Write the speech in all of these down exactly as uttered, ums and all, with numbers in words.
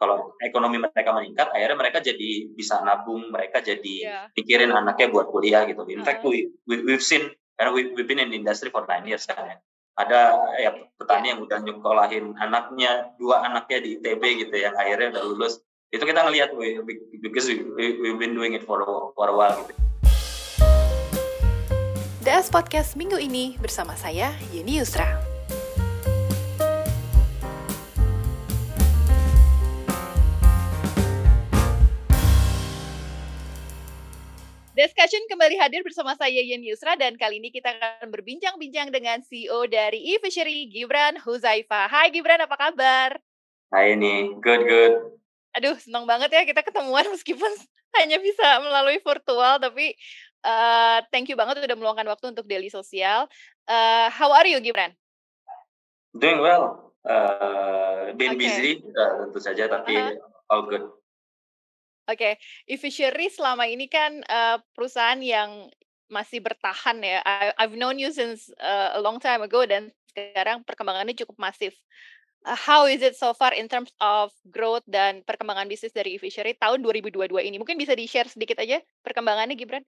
Kalau ekonomi mereka meningkat, akhirnya mereka jadi bisa nabung, mereka jadi Iya. mikirin anaknya buat kuliah gitu. In fact, Heeh. we we we've seen karena we we've been in the industry for nine years kan ya. Ada ya Iya. petani yang udah nyekolahin anaknya, dua anaknya di I T B gitu yang akhirnya udah lulus. Itu kita ngelihat we because we, we we've been doing it for a, for a while gitu. D S Podcast minggu ini bersama saya, Yeni Yusra. Discussion kembali hadir bersama saya Yeni Yusra dan kali ini kita akan berbincang-bincang dengan C E O dari eFishery, Gibran Huzaifa. Hai Gibran, apa kabar? Hai nih, good good. Aduh, senang banget ya kita ketemuan meskipun hanya bisa melalui virtual, tapi uh, thank you banget udah meluangkan waktu untuk Daily Sosial. Uh, how are you Gibran? Doing well. Uh, been Okay. busy uh, tentu saja, tapi Uh-huh. all good. Oke, okay. eFishery selama ini kan uh, perusahaan yang masih bertahan ya. I, I've known you since uh, a long time ago dan sekarang perkembangannya cukup masif. Uh, how is it so far in terms of growth dan perkembangan bisnis dari eFishery tahun dua ribu dua puluh dua ini? Mungkin bisa di-share sedikit aja perkembangannya, Gibran?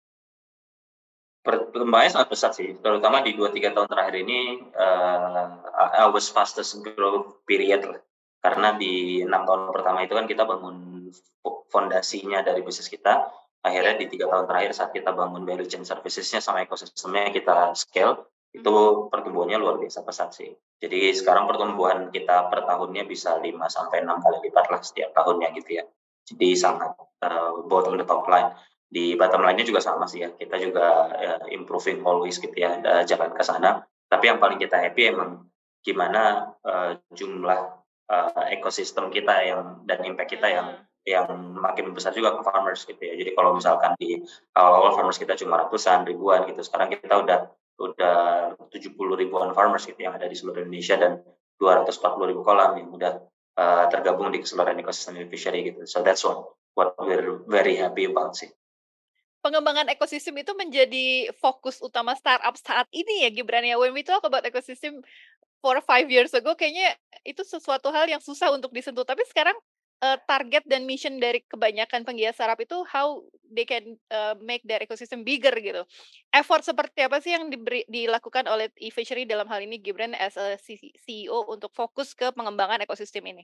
Perkembangannya sangat pesat sih, terutama di dua tiga tahun terakhir ini uh, I was fastest growth period lah. Karena di enam tahun pertama itu kan kita bangun fondasinya dari bisnis kita. Akhirnya di tiga tahun terakhir saat kita bangun value chain services-nya sama ekosistemnya kita scale, itu pertumbuhannya luar biasa pesat sih. Jadi sekarang pertumbuhan kita per tahunnya bisa lima sampai enam kali lipat lah setiap tahunnya gitu ya. Jadi sangat uh, both on the top line. Di bottom line-nya juga sama sih ya, kita juga uh, improving always gitu ya, uh, jalan ke sana. Tapi yang paling kita happy emang gimana uh, jumlah uh, ekosistem kita yang dan impact kita yang yang makin besar juga ke farmers gitu ya. Jadi kalau misalkan di awal-awal farmers kita cuma ratusan, ribuan gitu, sekarang kita udah udah tujuh puluh ribuan farmers gitu yang ada di seluruh Indonesia dan dua ratus empat puluh ribu kolam yang udah uh, tergabung di keseluruhan ekosistem eFishery gitu. So that's what what we're very happy about sih. Pengembangan ekosistem itu menjadi fokus utama startup saat ini ya Gibran ya. When we talk about ecosystem for five years ago, kayaknya itu sesuatu hal yang susah untuk disentuh. Tapi sekarang uh, target dan mission dari kebanyakan penggiat startup itu how they can uh, make their ecosystem bigger gitu. Effort seperti apa sih yang diberi, dilakukan oleh eFishery dalam hal ini Gibran as a C E O untuk fokus ke pengembangan ekosistem ini?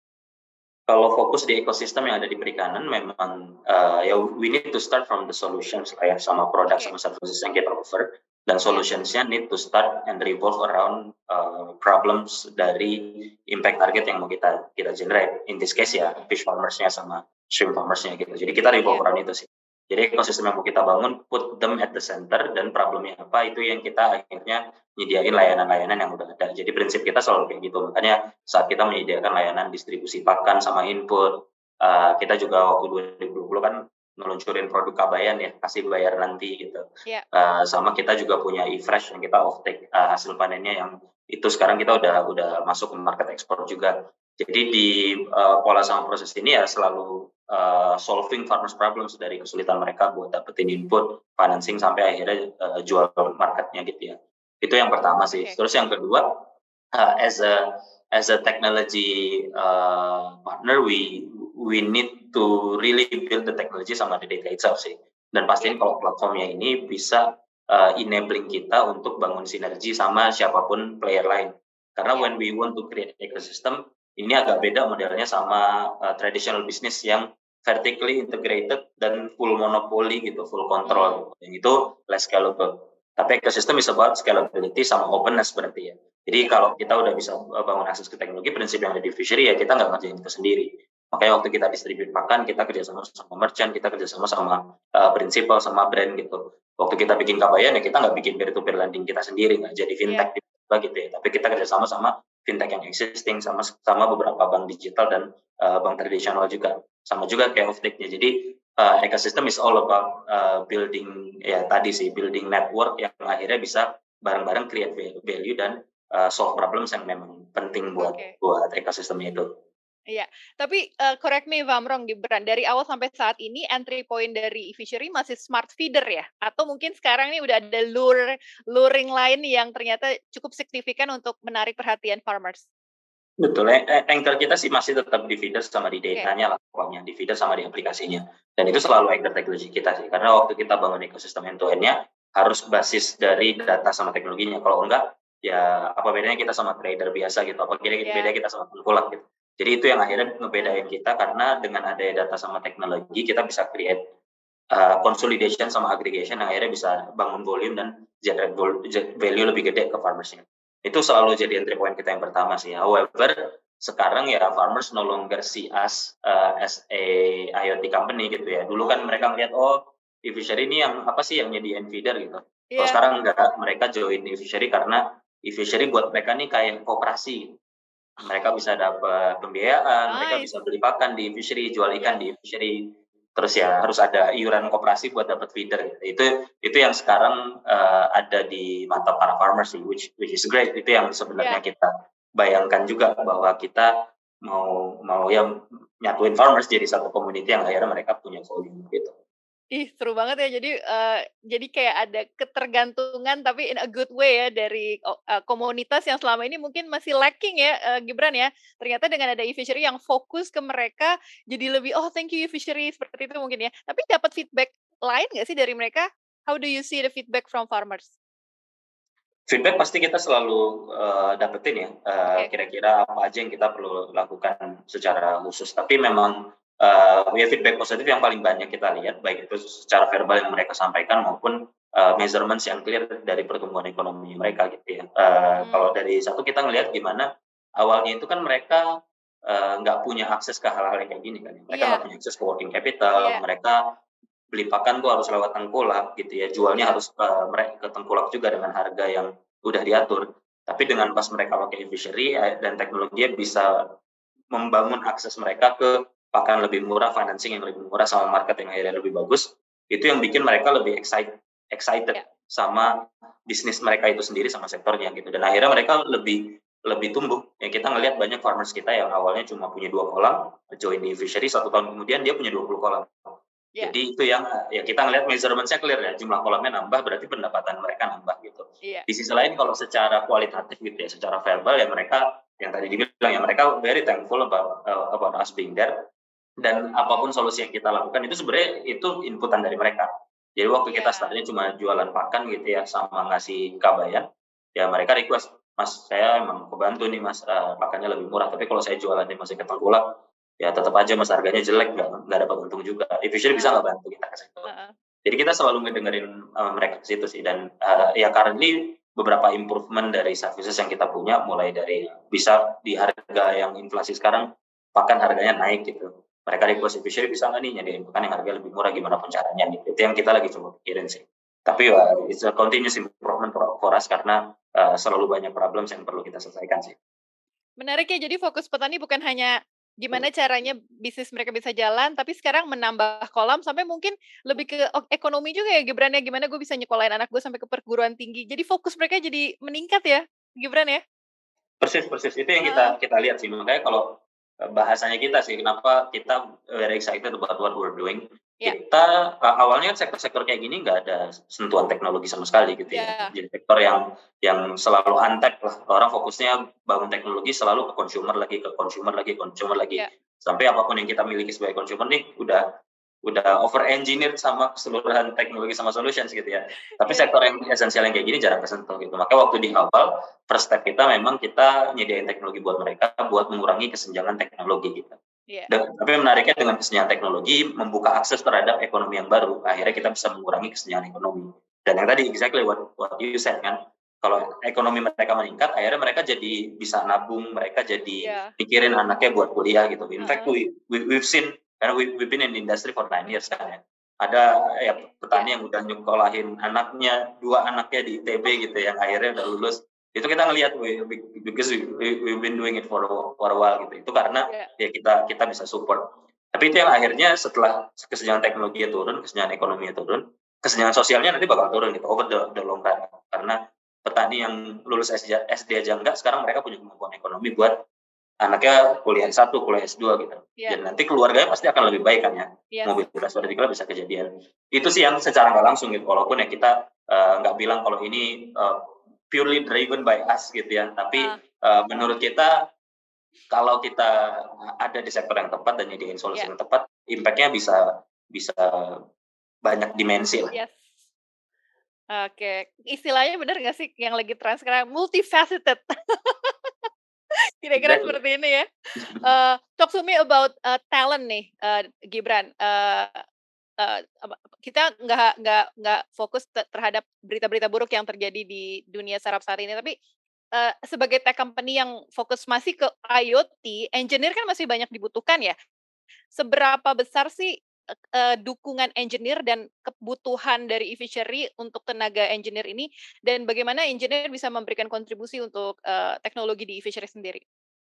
Kalau fokus di ekosistem yang ada di perikanan memang uh, ya we need to start from the solutions lah ya, sama produk okay. sama services yang kita offer, dan solutionsnya yeah. need to start and revolve around uh, problems dari impact target yang mau kita kita generate. In this case ya fish farmers-nya sama shrimp farmers-nya gitu. Jadi kita revolve yeah. around itu sih. Jadi ekosistem yang mau kita bangun, put them at the center, dan problemnya apa, itu yang kita akhirnya menyediain layanan-layanan yang udah ada. Jadi prinsip kita selalu kayak gitu. Makanya saat kita menyediakan layanan distribusi pakan sama input, uh, kita juga waktu dua ribu dua puluh kan meluncurin produk Kabayan ya, kasih bayar nanti gitu. Yeah. Uh, sama kita juga punya eFresh yang kita off-take uh, hasil panennya yang itu sekarang kita udah udah masuk ke market ekspor juga. Jadi di uh, pola sama proses ini ya selalu uh, solving farmers problems dari kesulitan mereka buat dapetin input, financing sampai akhirnya uh, jual marketnya gitu ya. Itu yang pertama sih. Okay. Terus yang kedua, uh, as a as a technology uh, partner, we we need to really build the technology sama the data itself sih. Dan pastiin kalau platformnya ini bisa uh, enabling kita untuk bangun sinergi sama siapapun player lain. Karena when we want to create ecosystem, ini agak beda modelnya sama uh, traditional business yang vertically integrated dan full monopoli gitu, full control. Yang itu less scalable. Tapi ekosistem is about scalability sama openness berarti ya. Jadi kalau kita udah bisa bangun akses ke teknologi, prinsip yang ada di eFishery ya kita nggak ngerjain itu sendiri. Makanya waktu kita distribute pakan, kita kerjasama sama merchant, kita kerjasama sama uh, principal, sama brand gitu. Waktu kita bikin Kabayan ya kita nggak bikin peer-to-peer lending kita sendiri, nggak jadi fintech yeah. gitu ya. Tapi kita kerjasama sama fintech yang existing, sama sama beberapa bank digital dan uh, bank tradisional juga. Sama juga kayak off-take-nya. Jadi uh, ecosystem is all about uh, building ya tadi sih, building network yang akhirnya bisa bareng-bareng create value dan uh, solve problems yang memang penting buat okay. buat ekosistemnya itu. Iya, tapi uh, correct me if I'm wrong Gibran, dari awal sampai saat ini entry point dari eFishery masih smart feeder ya? Atau mungkin sekarang ini udah ada lure, luring lain yang ternyata cukup signifikan untuk menarik perhatian farmers? Betul, a a anchor kita sih masih tetap di feeders sama di Oke. datanya lah pokoknya, di feeders sama di aplikasinya. Dan itu Oke. selalu anchor teknologi kita sih, karena waktu kita bangun ekosistem end to end-nya, harus basis dari data sama teknologinya, kalau enggak, ya apa bedanya kita sama trader biasa gitu, apa beda Iya. bedanya kita sama tengkulak gitu. Jadi itu yang akhirnya ngebedain kita, karena dengan adanya data sama teknologi, kita bisa create, eee, consolidation sama aggregation yang akhirnya bisa bangun volume dan generate vol ge value lebih gede ke farmers-nya. Itu selalu jadi entry point kita yang pertama sih. However, sekarang ya farmers no longer see us, eee, as a IoT company gitu ya. Dulu kan mereka ngelihat, "Oh, e-fishery ini yang apa sih, yang nyediain feeder," gitu. Kalau Iya. sekarang enggak, mereka join e-fishery karena e-fishery buat mereka nih kayak koperasi. Mereka bisa dapat pembiayaan, mereka Nice. bisa beli pakan di e-fishery, jual ikan Yes. di e-fishery, terus ya harus ada iuran koperasi buat dapat feeder gitu. Itu itu yang sekarang, eee, ada di mata para farmers sih, which which is great. Itu yang sebenarnya Iya. kita bayangkan juga bahwa kita mau mau ya nyatuin farmers jadi satu community yang akhirnya mereka punya volume gitu. Ih, seru banget ya. Jadi, eee, jadi kayak ada ketergantungan tapi in a good way ya dari o eee, komunitas yang selama ini mungkin masih lacking ya, eee, Gibran ya. Ternyata dengan ada e-fishery yang fokus ke mereka, jadi lebih, "Oh, thank you e-fishery," seperti itu mungkin ya. Tapi dapat feedback lain nggak sih dari mereka? How do you see the feedback from farmers? Feedback pasti kita selalu, eee, dapetin ya, eee, Oke. kira-kira apa aja yang kita perlu lakukan secara khusus. Tapi memang, eee, ya feedback positif yang paling banyak kita lihat, baik itu secara verbal yang mereka sampaikan maupun, eee, measurements yang clear dari pertumbuhan ekonomi mereka gitu ya. Eee, Mmm. kalau dari satu kita ngelihat gimana, awalnya itu kan mereka, eee, nggak punya akses ke hal-hal yang kayak gini kan. Mereka nggak Iya. punya akses ke working capital, Iya. mereka beli pakan tuh harus lewat tengkulak gitu ya, jualnya Iya. harus, eee, mere ke tengkulak juga dengan harga yang udah diatur. Tapi dengan pas mereka pakai e-fishery ya dan teknologinya bisa membangun akses mereka ke pakan lebih murah, financing yang lebih murah, sama market yang akhirnya lebih bagus, itu yang bikin mereka lebih excite excited Ya. sama bisnis mereka itu sendiri sama sektornya gitu. Dan akhirnya mereka lebih lebih tumbuh. Ya kita ngelihat banyak farmers kita yang awalnya cuma punya dua kolam, join di e-fishery, satu tahun kemudian dia punya dua puluh kolam. Ya. Jadi itu yang, ya kita ngelihat measurements-nya clear ya, jumlah kolamnya nambah berarti pendapatan mereka nambah gitu. Iya. Di sisi lain kalau secara kualitatif gitu ya, secara verbal ya mereka yang tadi dibilang ya, mereka very thankful about, eee, about us being there, dan apapun solusi yang kita lakukan itu sebenarnya itu inputan dari mereka. Jadi waktu kita Iya. start-nya cuma jualan pakan gitu ya, sama ngasih kabayan, ya mereka request, "Mas, saya emang kebantu nih Mas, eee, pakannya lebih murah, tapi kalau saya jualannya masih ke tengkulak, ya tetep aja Mas harganya jelek, nggak nggak dapat untung juga. E-fishery bisa Heeh. nggak bantu kita ke situ?" Heeh. Jadi kita selalu ngedengerin, eee, mereka ke situ sih dan, eee, ya currently beberapa improvement dari services yang kita punya, mulai dari bisa di harga yang inflasi sekarang, pakan harganya naik gitu. Mereka Mmm. request, "E-fishery bisa nggak nih nyediain pakan yang harganya lebih murah, gimana pun caranya?" Gitu. Itu yang kita lagi coba pikirin sih. Tapi ya it's a continuous improvement for for us karena, eee, selalu banyak problems yang perlu kita selesaikan sih. Menarik ya, jadi fokus petani bukan hanya gimana caranya bisnis mereka bisa jalan, tapi sekarang menambah kolam sampai mungkin lebih ke ok ekonomi juga ya Gibran ya, gimana gue bisa nyekolahin anak gue sampai ke perguruan tinggi. Jadi fokus mereka jadi meningkat ya, Gibran ya? Persis persis, itu yang Heeh. kita kita lihat sih. Makanya kalau, eee, bahasanya kita sih, kenapa kita very excited about what we're doing. Ya. Kita, eee, awalnya sektor-sektor kayak gini nggak ada sentuhan teknologi sama sekali gitu ya. Ya. Jadi sektor yang yang selalu untapped lah, orang fokusnya bangun teknologi selalu ke consumer lagi ke consumer lagi consumer lagi. Ya. Sampai apapun yang kita miliki sebagai consumer nih, udah udah over engineered sama keseluruhan teknologi sama solutions gitu ya. Tapi Iya. sektor yang esensial yang kayak gini jarang kesentuh gitu. Makanya waktu di awal, first step kita memang kita nyediain teknologi buat mereka, buat mengurangi kesenjangan teknologi gitu. Iya. Dan tapi menariknya dengan kesenjangan teknologi, membuka akses terhadap ekonomi yang baru, akhirnya kita Mmm. bisa mengurangi kesenjangan ekonomi. Dan yang tadi exactly what what you said kan, kalau ekonomi mereka meningkat, akhirnya mereka jadi bisa nabung, mereka jadi Iya. mikirin anaknya buat kuliah gitu. In fact Heeh. we we we've seen karena we we've been in the industry for nine years kan ya. Ada ya Ya. petani yang udah nyekolahin anaknya, dua anaknya di I T B gitu, yang akhirnya udah lulus. Itu kita ngelihat we we because we we we've been doing it for a for a while gitu. Itu karena Ya. ya kita kita bisa support. Tapi itu yang akhirnya setelah kesenjangan teknologinya turun, kesenjangan ekonominya turun, kesenjangan sosialnya nanti bakal turun gitu over the the long run. Karena petani yang lulus S D S D aja enggak, sekarang mereka punya kemampuan ekonomi buat anaknya kuliah S satu, kuliah S dua gitu. Ya. Dan nanti keluarganya pasti akan lebih baik kan ya. Yes. Mobilitas vertikal bisa kejadian. Itu sih yang secara nggak langsung gitu. Walaupun ya kita, eee, nggak bilang kalau ini, eee, purely driven by us gitu ya. Tapi, Ah. eee, menurut kita kalau kita ada di sektor yang tepat dan nyediain solusi Ya. yang tepat, impact-nya bisa bisa banyak dimensi lah. Yes. Oke, istilahnya benar nggak sih yang lagi tren sekarang, multifaceted. Kira-kira Exactly. seperti ini ya. Uh, talk to me about uh, talent nih, uh, Gibran. Uh, uh, apa- kita nggak nggak nggak fokus te- terhadap berita-berita buruk yang terjadi di dunia startup saat ini, tapi uh, sebagai tech company yang fokus masih ke IoT, engineer kan masih banyak dibutuhkan ya. Seberapa besar sih uh, dukungan engineer dan kebutuhan dari e-fishery untuk tenaga engineer ini, dan bagaimana engineer bisa memberikan kontribusi untuk uh, teknologi di e-fishery sendiri?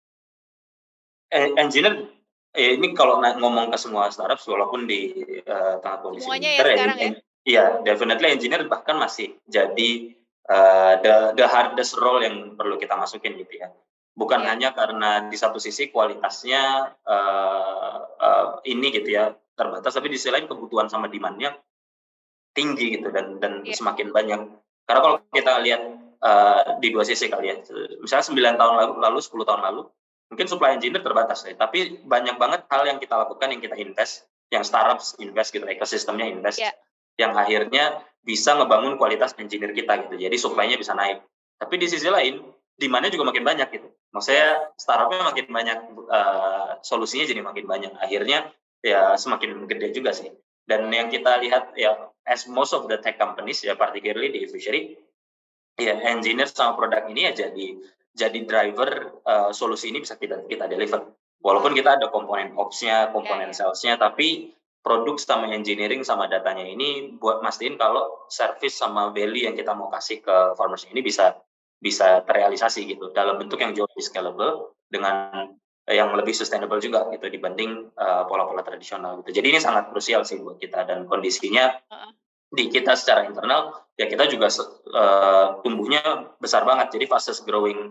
Eh, engineer, eh, ini kalau na- ngomong ke semua startup, walaupun di uh, tengah kondisi Semuanya ya winter, sekarang ya. en- iya, definitely engineer bahkan masih jadi uh, the the hardest role yang perlu kita masukin gitu ya. Bukan Iya. hanya karena di satu sisi kualitasnya uh, uh, ini gitu ya terbatas, tapi di sisi lain kebutuhan sama demand-nya tinggi gitu dan dan Iya. semakin banyak. Karena kalau kita lihat uh, di dua sisi kali ya, misalnya sembilan tahun lalu, lalu sepuluh tahun lalu, mungkin supply engineer terbatas ya, tapi banyak banget hal yang kita lakukan, yang kita invest, yang startups invest gitu, ekosistemnya invest, Yeah. yang akhirnya bisa ngebangun kualitas engineer kita gitu, jadi supply-nya bisa naik. Tapi di sisi lain, demand-nya juga makin banyak gitu. Maksudnya startup-nya makin banyak, uh, solusinya jadi makin banyak. Akhirnya ya semakin gede juga sih. Dan yang kita lihat ya, as most of the tech companies ya, particularly di e-fishery, ya engineer sama produk ini ya jadi jadi driver uh, solusi ini bisa kita kita deliver. Walaupun kita ada komponen ops-nya, komponen Ya, ya. sales-nya, tapi produk sama engineering sama datanya ini buat mastiin kalau service sama value yang kita mau kasih ke farmers ini bisa bisa terrealisasi gitu dalam bentuk yang jauh lebih scalable dengan yang lebih sustainable juga gitu dibanding uh, pola-pola tradisional gitu. Jadi ini sangat krusial sih buat kita, dan kondisinya Uh-uh. di kita secara internal ya kita juga uh, tumbuhnya besar banget, jadi fastest growing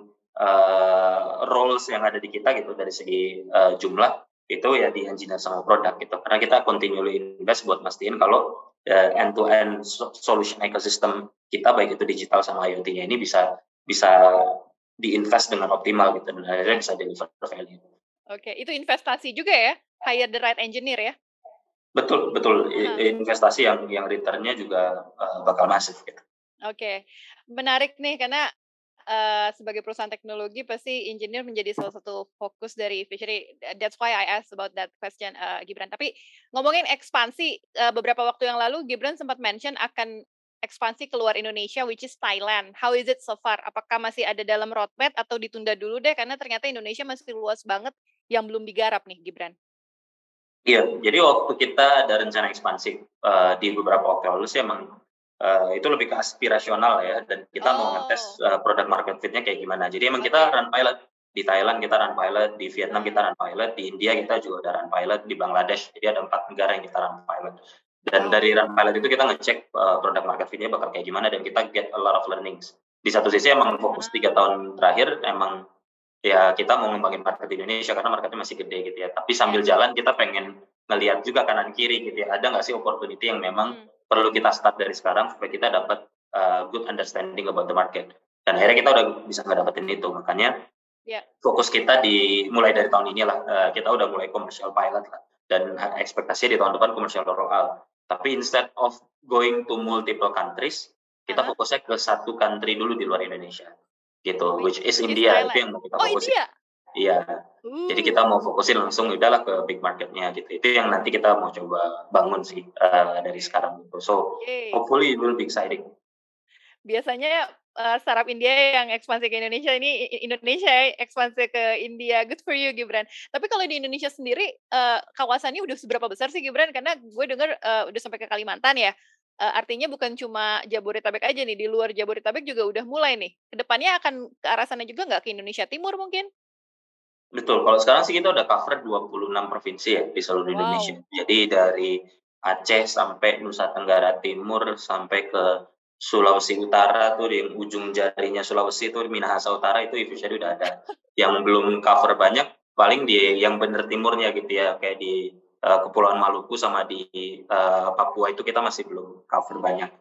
uh, roles yang ada di kita gitu dari segi uh, jumlah itu ya di engineer sama produk gitu, karena kita continually invest buat mastiin kalau uh, end to end solution ecosystem kita baik itu digital sama IoT-nya ini bisa bisa diinvest dengan optimal gitu dan akhirnya bisa deliver value. Oke, itu investasi juga ya, hire the right engineer ya. Betul, betul. Uh-huh. Investasi yang yang return-nya juga uh, bakal masif gitu. Oke, menarik nih karena uh, sebagai perusahaan teknologi pasti engineer menjadi salah satu fokus dari fishery. That's why I asked about that question, uh, Gibran. Tapi ngomongin ekspansi, uh, beberapa waktu yang lalu Gibran sempat mention akan ekspansi keluar Indonesia, which is Thailand. How is it so far? Apakah masih ada dalam roadmap atau ditunda dulu deh? Karena ternyata Indonesia masih luas banget yang belum digarap nih, Gibran. Iya, jadi waktu kita ada rencana ekspansi uh, di beberapa waktu lalu sih emang uh, itu lebih ke aspirasional ya, dan kita Oh. mau ngetes uh, produk market fit-nya kayak gimana. Jadi emang okay. kita run pilot di Thailand, kita run pilot di Vietnam, kita run pilot di India, kita juga udah run pilot di Bangladesh. Jadi ada empat negara yang kita run pilot. Dan Wow. dari run pilot itu kita ngecek uh, produk market fit-nya bakal kayak gimana, dan kita get a lot of learnings. Di satu sisi emang fokus tiga tahun terakhir emang ya kita mau ngembangin market di Indonesia karena marketnya masih gede gitu ya. Tapi sambil jalan kita pengen ngelihat juga kanan kiri gitu ya. Ada nggak sih opportunity yang memang hmm. perlu kita start dari sekarang supaya kita dapat uh, good understanding about the market. Dan akhirnya kita udah bisa ngedapetin itu. Makanya yeah. fokus kita di mulai dari tahun ini lah. Uh, kita udah mulai commercial pilot lah. Dan ekspektasinya di tahun depan commercial rollout. Tapi instead of going to multiple countries, kita uh-huh. fokusnya ke satu country dulu di luar Indonesia. Gitu, which, which is India. Itu yang mau kita fokusin. Oh, India? Iya. Uh. Jadi kita mau fokusin langsung udahlah ke big marketnya gitu. Itu yang nanti kita mau coba bangun sih uh, dari sekarang gitu. So okay. hopefully it will be exciting. Biasanya uh, startup India yang ekspansi ke Indonesia, ini Indonesia ekspansi ke India. Good for you, Gibran. Tapi kalau di Indonesia sendiri uh, kawasannya udah seberapa besar sih, Gibran? Karena gue dengar uh, udah sampai ke Kalimantan ya. Uh, artinya bukan cuma Jabodetabek aja nih, di luar Jabodetabek juga udah mulai nih. Kedepannya akan ke arah sana juga nggak, ke Indonesia Timur mungkin? Betul, kalau sekarang sih kita udah cover dua puluh enam provinsi ya di seluruh wow. Indonesia. Jadi dari Aceh sampai Nusa Tenggara Timur sampai ke Sulawesi Utara tuh, di ujung jarinya Sulawesi itu Minahasa Utara itu e-fishery udah ada. Yang belum cover banyak paling di yang bener timurnya gitu ya, kayak di uh, Kepulauan Maluku sama di uh, Papua itu kita masih belum cover banyak.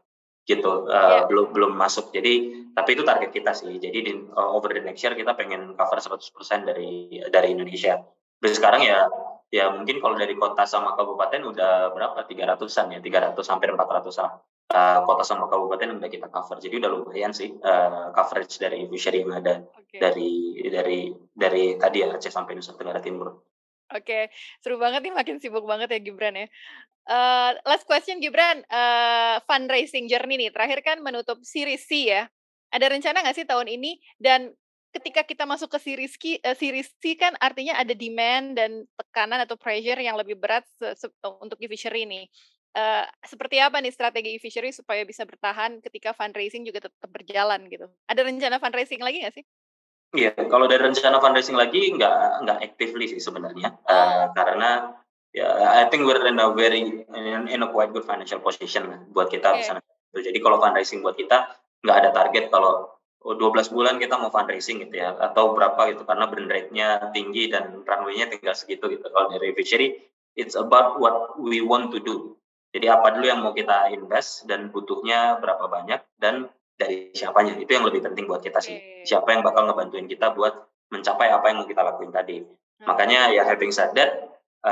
gitu, Iya. uh, belum belum masuk. Jadi tapi itu target kita sih. Jadi di uh, over the next year kita pengen cover seratus persen dari dari Indonesia. Terus sekarang ya ya mungkin kalau dari kota sama kabupaten udah berapa? tiga ratusan ya, tiga ratus hampir empat ratusan uh, kota sama kabupaten yang udah kita cover. Jadi udah lumayan sih uh, coverage dari fishery yang ada Oke. dari dari dari tadi ya Aceh sampai Nusa Tenggara Timur. Oke, seru banget nih, makin sibuk banget ya Gibran ya. Uh, last question Gibran, uh, fundraising journey nih, terakhir kan menutup Series C ya. Ada rencana nggak sih tahun ini? Dan ketika kita masuk ke Series C, uh, Series C kan artinya ada demand dan tekanan atau pressure yang lebih berat se- se- untuk e-fishery nih. Uh, seperti apa nih strategi e-fishery supaya bisa bertahan ketika fundraising juga tetap berjalan gitu? Ada rencana fundraising lagi nggak sih? Iya, kalau dari rencana fundraising lagi nggak nggak actively sih sebenarnya, Oh. uh, karena ya I think we're in a very in, in a quite good financial position lah buat kita Oke. bisa. Jadi kalau fundraising buat kita nggak ada target kalau oh, dua belas bulan kita mau fundraising gitu ya atau berapa gitu karena burn rate-nya tinggi dan runway-nya tinggal segitu gitu. Kalau dari fishery it's about what we want to do. Jadi apa dulu yang mau kita invest dan butuhnya berapa banyak dan dari siapanya, itu yang lebih penting buat kita sih. Oke. Siapa yang bakal ngebantuin kita buat mencapai apa yang mau kita lakuin tadi. Hmm. Makanya ya having said that,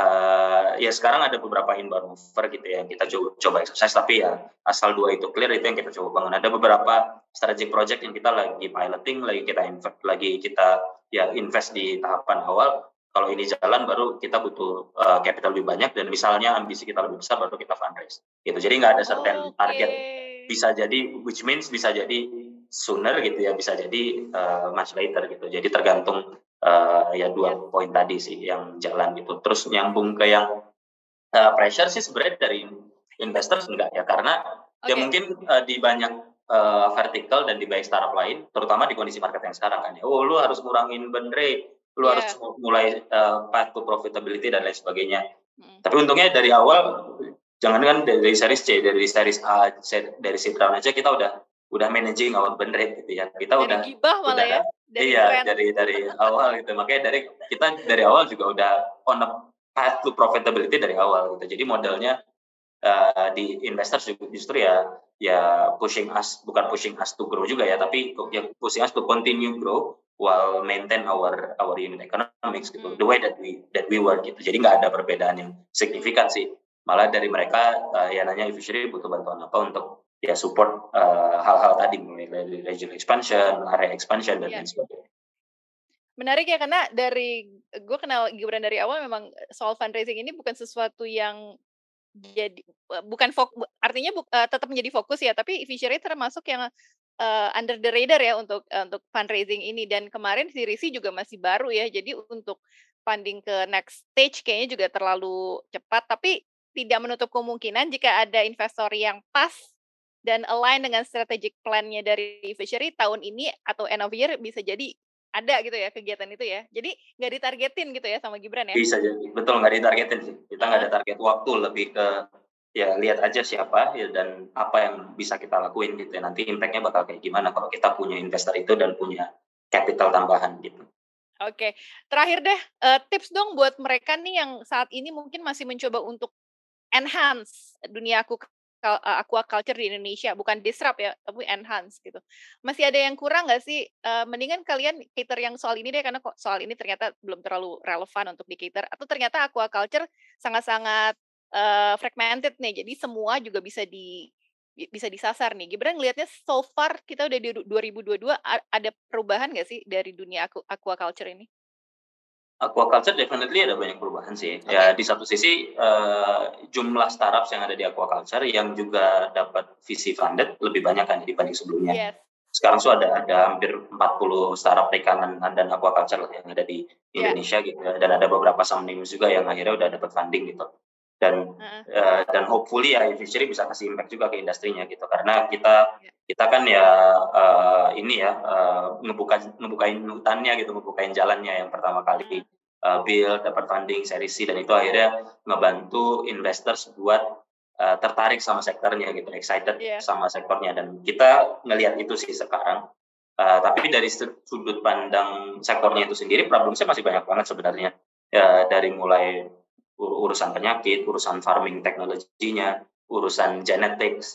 uh, ya sekarang ada beberapa inbound offer gitu ya, yang kita coba, coba exercise, tapi ya asal dua itu clear, itu yang kita coba bangun. Ada beberapa strategic project yang kita lagi piloting, lagi kita invest, lagi kita ya invest di tahapan awal. Kalau ini jalan baru kita butuh uh, capital lebih banyak dan misalnya ambisi kita lebih besar baru kita fundraise. Gitu. Jadi nggak ada certain Oke. target. Bisa jadi, which means bisa jadi sooner gitu ya, bisa jadi uh, much later gitu. Jadi tergantung uh, ya dua Yes. poin tadi sih yang jalan gitu. Terus nyambung ke yang uh, pressure sih sebenarnya dari investors enggak ya, karena Oke. ya mungkin uh, di banyak uh, vertical dan di banyak startup lain, terutama di kondisi market yang sekarang kan ya, oh lu harus ngurangin burn rate, lu Yeah. harus mulai uh, path to profitability dan lain sebagainya. Mm. Tapi untungnya dari awal, jangan kan dari series C, dari series A, dari seed round aja kita udah udah managing our burn rate gitu ya. Kita Dari udah gibah malah udah ya, dari iya trend. dari dari awal gitu. Makanya dari kita dari awal juga udah on a path to profitability dari awal gitu. Jadi modelnya uh, di investors juga justru ya ya pushing us, bukan pushing us to grow juga ya, tapi ya pushing us to continue grow while maintain our our unit economics gitu. Hmm. The way that we that we work gitu. Jadi nggak ada perbedaan yang signifikan sih. Malah dari mereka uh, ya nanya e-fishery butuh bantuan apa untuk ya support uh, hal-hal tadi, mulai dari regional expansion, area expansion dan Yeah. lain sebagainya. Menarik ya, karena dari gue kenal Gibran dari awal memang soal fundraising ini bukan sesuatu yang jadi bukan fokus, artinya bu, uh, tetap menjadi fokus ya, tapi e-fishery termasuk yang uh, under the radar ya untuk uh, untuk fundraising ini. Dan kemarin si Risi juga masih baru ya, jadi untuk funding ke next stage kayaknya juga terlalu cepat, tapi tidak menutup kemungkinan jika ada investor yang pas dan align dengan strategic plan-nya dari e-fishery tahun ini atau end of year bisa jadi ada gitu ya kegiatan itu ya. Jadi nggak ditargetin gitu ya sama Gibran ya? Bisa jadi, betul, nggak ditargetin sih. Kita nggak ada target waktu, lebih ke ya lihat aja siapa ya dan apa yang bisa kita lakuin gitu ya. Nanti impact-nya bakal kayak gimana kalau kita punya investor itu dan punya capital tambahan gitu. Oke, terakhir deh uh, tips dong buat mereka nih yang saat ini mungkin masih mencoba untuk enhance dunia aku aquaculture di Indonesia, bukan disrupt ya, tapi enhance gitu. Masih ada yang kurang nggak sih? Uh, mendingan kalian cater yang soal ini deh, karena kok soal ini ternyata belum terlalu relevan untuk di cater. Atau ternyata aquaculture sangat-sangat uh, fragmented nih, jadi semua juga bisa di bisa disasar nih. Gibran ngelihatnya so far kita udah di dua ribu dua puluh dua, ada perubahan nggak sih dari dunia aquaculture ini? Aquaculture definitely ada banyak perubahan sih. Okay. Ya di satu sisi uh, jumlah startups yang ada di aquaculture yang juga dapat V C funded lebih banyak kan dibanding sebelumnya. Yes. Sekarang tuh ada ada hampir empat puluh startup perikanan dan aquaculture yang ada di Indonesia yeah. gitu ya. Dan ada beberapa some names juga yang akhirnya udah dapat funding gitu. Dan uh-huh. uh, dan hopefully ya e-fishery bisa kasih impact juga ke industrinya gitu, karena kita yeah. kita kan ya uh, ini ya uh, ngebuka ngebukain hutannya gitu, ngebukain jalannya yang pertama kali uh, build, dapat funding seri C, dan itu akhirnya ngebantu investors buat uh, tertarik sama sektornya gitu, excited yeah. sama sektornya, dan kita ngelihat itu sih sekarang. Uh, tapi dari sudut pandang sektornya itu sendiri, problemnya masih banyak banget sebenarnya ya, dari mulai urusan penyakit, urusan farming teknologinya, urusan genetics,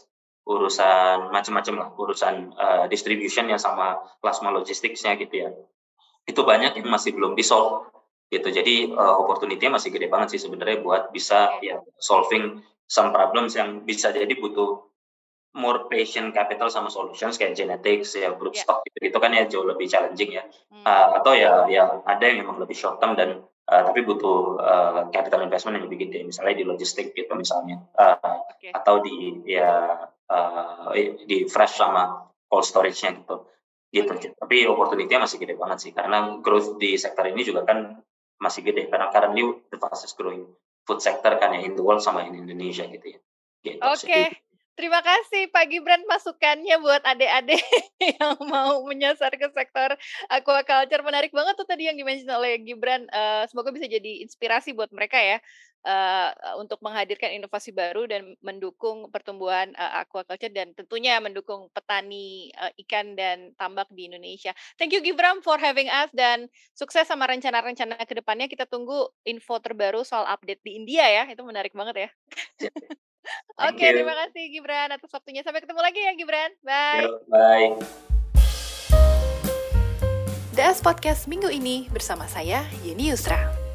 urusan macam-macam lah, urusan uh, distribution ya sama plasma logisticsnya gitu ya. Itu banyak yang masih belum di-solve gitu. Jadi uh, opportunity-nya masih gede banget sih sebenarnya buat bisa ya solving some problems yang bisa jadi butuh more patient capital sama solutions kayak genetics ya, group Yeah. stock gitu, itu kan ya jauh lebih challenging ya. Hmm. Uh, atau ya ya ada yang memang lebih short term dan uh, tapi butuh uh, capital investment yang lebih gede, misalnya di logistik gitu misalnya, uh, Oke. atau di ya uh, di fresh sama cold storage-nya gitu. Gitu. Oke. Tapi opportunity-nya masih gede banget sih karena growth di sektor ini juga kan masih gede karena currently the fastest growing food sector kan ya in the world sama in Indonesia gitu ya. Gitu sih. Oke, terima kasih Pak Gibran masukannya buat adik-adik yang mau menyasar ke sektor aquaculture. Menarik banget tuh tadi yang di-mention oleh Gibran. Uh, semoga bisa jadi inspirasi buat mereka ya uh, untuk menghadirkan inovasi baru dan mendukung pertumbuhan uh, aquaculture dan tentunya mendukung petani uh, ikan dan tambak di Indonesia. Thank you Gibran for having us dan sukses sama rencana-rencana ke depannya. Kita tunggu info terbaru soal update di India ya. Itu menarik banget ya. Thank Oke, you. terima kasih Gibran atas waktunya. Sampai ketemu lagi ya Gibran. Bye. Yo, bye. D S Podcast minggu ini bersama saya, Yeni Yusra.